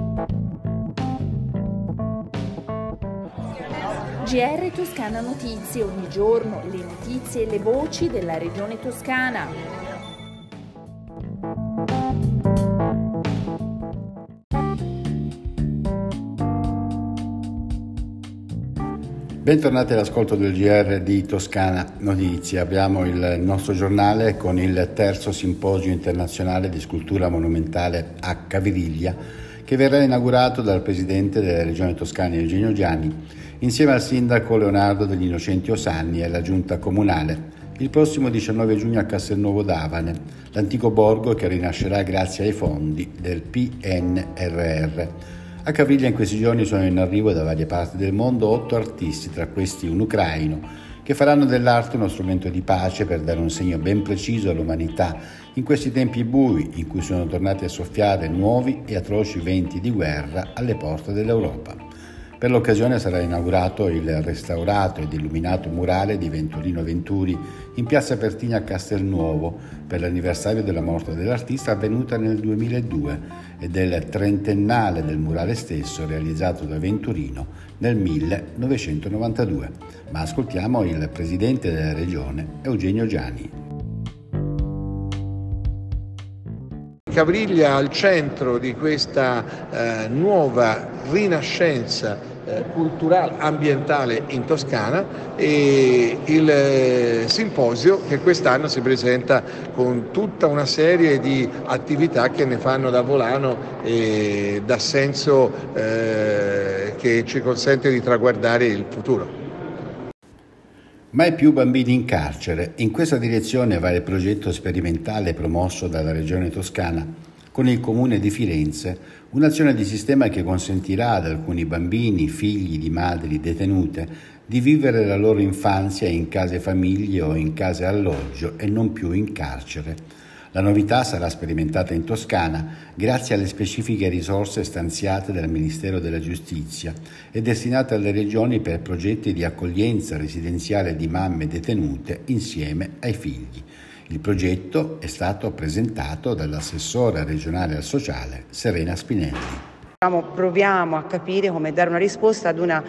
GR Toscana Notizie, ogni giorno le notizie e le voci della regione toscana. Bentornati all'ascolto del GR di Toscana Notizie. Apriamo il nostro giornale con il terzo simposio internazionale di scultura monumentale a Caviriglia, che verrà inaugurato dal presidente della regione toscana Eugenio Giani insieme al sindaco Leonardo degli Innocenti Osanni e alla giunta comunale il prossimo 19 giugno a Castelnuovo d'Avane, l'antico borgo che rinascerà grazie ai fondi del PNRR. A Caviriglia in questi giorni sono in arrivo da varie parti del mondo 8 artisti, tra questi un ucraino, che faranno dell'arte uno strumento di pace per dare un segno ben preciso all'umanità in questi tempi bui in cui sono tornati a soffiare nuovi e atroci venti di guerra alle porte dell'Europa. Per l'occasione sarà inaugurato il restaurato ed illuminato murale di Venturino Venturi in piazza Pertini a Castelnuovo per l'anniversario della morte dell'artista avvenuta nel 2002 e del trentennale del murale stesso realizzato da Venturino nel 1992. Ma ascoltiamo il presidente della regione Eugenio Giani. Caviriglia al centro di questa nuova rinascenza culturale, ambientale in Toscana, e il simposio che quest'anno si presenta con tutta una serie di attività che ne fanno da volano e da senso che ci consente di traguardare il futuro. Mai più bambini in carcere. In questa direzione va il progetto sperimentale promosso dalla Regione Toscana con il Comune di Firenze, un'azione di sistema che consentirà ad alcuni bambini, figli di madri detenute, di vivere la loro infanzia in case famiglie o in case alloggio e non più in carcere. La novità sarà sperimentata in Toscana grazie alle specifiche risorse stanziate dal Ministero della Giustizia e destinate alle regioni per progetti di accoglienza residenziale di mamme detenute insieme ai figli. Il progetto è stato presentato dall'assessora regionale al sociale Serena Spinelli. Proviamo a capire come dare una risposta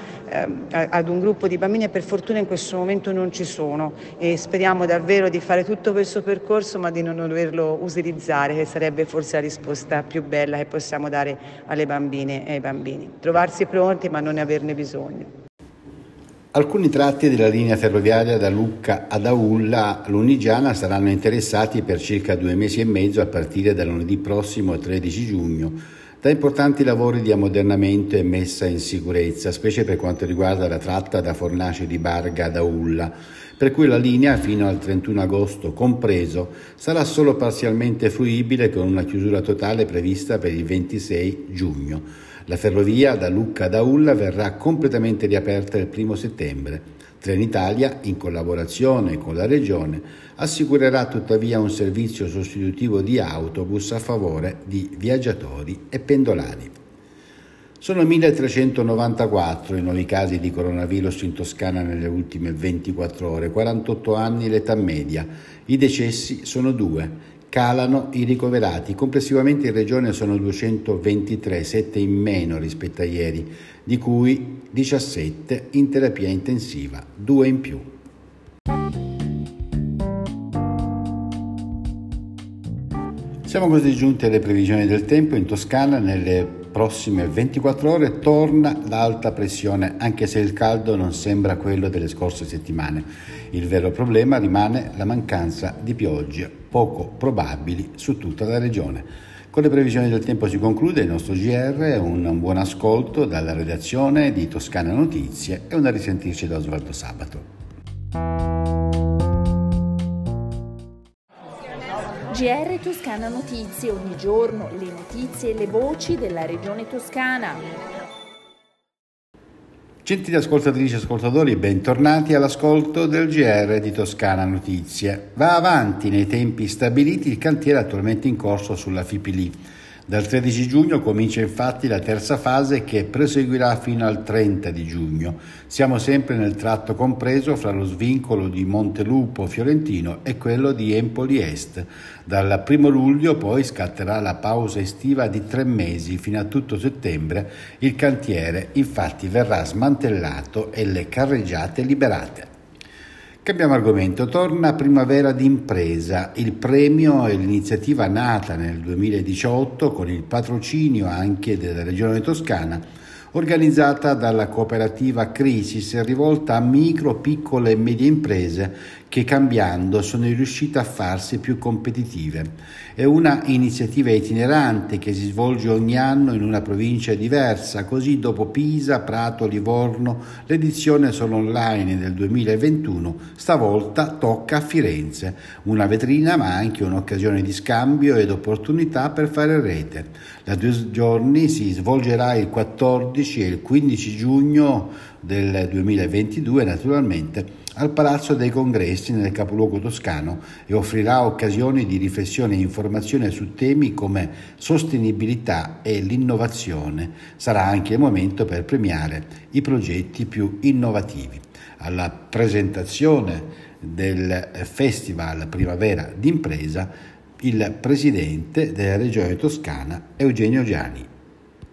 ad un gruppo di bambini e per fortuna in questo momento non ci sono e speriamo davvero di fare tutto questo percorso ma di non doverlo utilizzare, che sarebbe forse la risposta più bella che possiamo dare alle bambine e ai bambini. Trovarsi pronti ma non averne bisogno. Alcuni tratti della linea ferroviaria da Lucca ad Aulla Lunigiana saranno interessati per circa 2 mesi e mezzo a partire da lunedì prossimo 13 giugno da importanti lavori di ammodernamento e messa in sicurezza, specie per quanto riguarda la tratta da Fornace di Barga ad Aulla, per cui la linea fino al 31 agosto compreso sarà solo parzialmente fruibile con una chiusura totale prevista per il 26 giugno. La ferrovia da Lucca ad Aulla verrà completamente riaperta il 1 settembre. Trenitalia, in collaborazione con la Regione, assicurerà tuttavia un servizio sostitutivo di autobus a favore di viaggiatori e pendolari. Sono 1.394 i nuovi casi di coronavirus in Toscana nelle ultime 24 ore, 48 anni l'età media, i decessi sono 2. Calano i ricoverati, complessivamente in regione sono 223, 7 in meno rispetto a ieri, di cui 17 in terapia intensiva, 2 in più. Siamo così giunti alle previsioni del tempo. In Toscana nelle prossime 24 ore torna l'alta pressione, anche se il caldo non sembra quello delle scorse settimane. Il vero problema rimane la mancanza di piogge, poco probabili su tutta la regione. Con le previsioni del tempo si conclude il nostro GR, un buon ascolto dalla redazione di Toscana Notizie e una risentirci da Osvaldo Sabato. GR Toscana Notizie, ogni giorno le notizie e le voci della regione toscana. Gentili ascoltatrici e ascoltatori, bentornati all'ascolto del GR di Toscana Notizie. Va avanti nei tempi stabiliti il cantiere attualmente in corso sulla FIPLI. Dal 13 giugno comincia infatti la terza fase che proseguirà fino al 30 di giugno. Siamo sempre nel tratto compreso fra lo svincolo di Montelupo Fiorentino e quello di Empoli Est. Dal 1 luglio poi scatterà la pausa estiva di 3 mesi fino a tutto settembre. Il cantiere infatti verrà smantellato e le carreggiate liberate. Cambiamo argomento, torna Primavera d'Impresa, il premio è l'iniziativa nata nel 2018 con il patrocinio anche della Regione Toscana, organizzata dalla cooperativa Crisis, rivolta a micro, piccole e medie imprese che cambiando sono riuscite a farsi più competitive. È una iniziativa itinerante che si svolge ogni anno in una provincia diversa, così dopo Pisa, Prato, Livorno, l'edizione è solo online del 2021, stavolta tocca a Firenze, una vetrina ma anche un'occasione di scambio ed opportunità per fare rete. Da 2 giorni si svolgerà il 14 e il 15 giugno del 2022 naturalmente al Palazzo dei Congressi nel capoluogo toscano e offrirà occasioni di riflessione e informazione su temi come sostenibilità e l'innovazione. Sarà anche il momento per premiare i progetti più innovativi. Alla presentazione del Festival Primavera d'Impresa il presidente della Regione Toscana Eugenio Giani.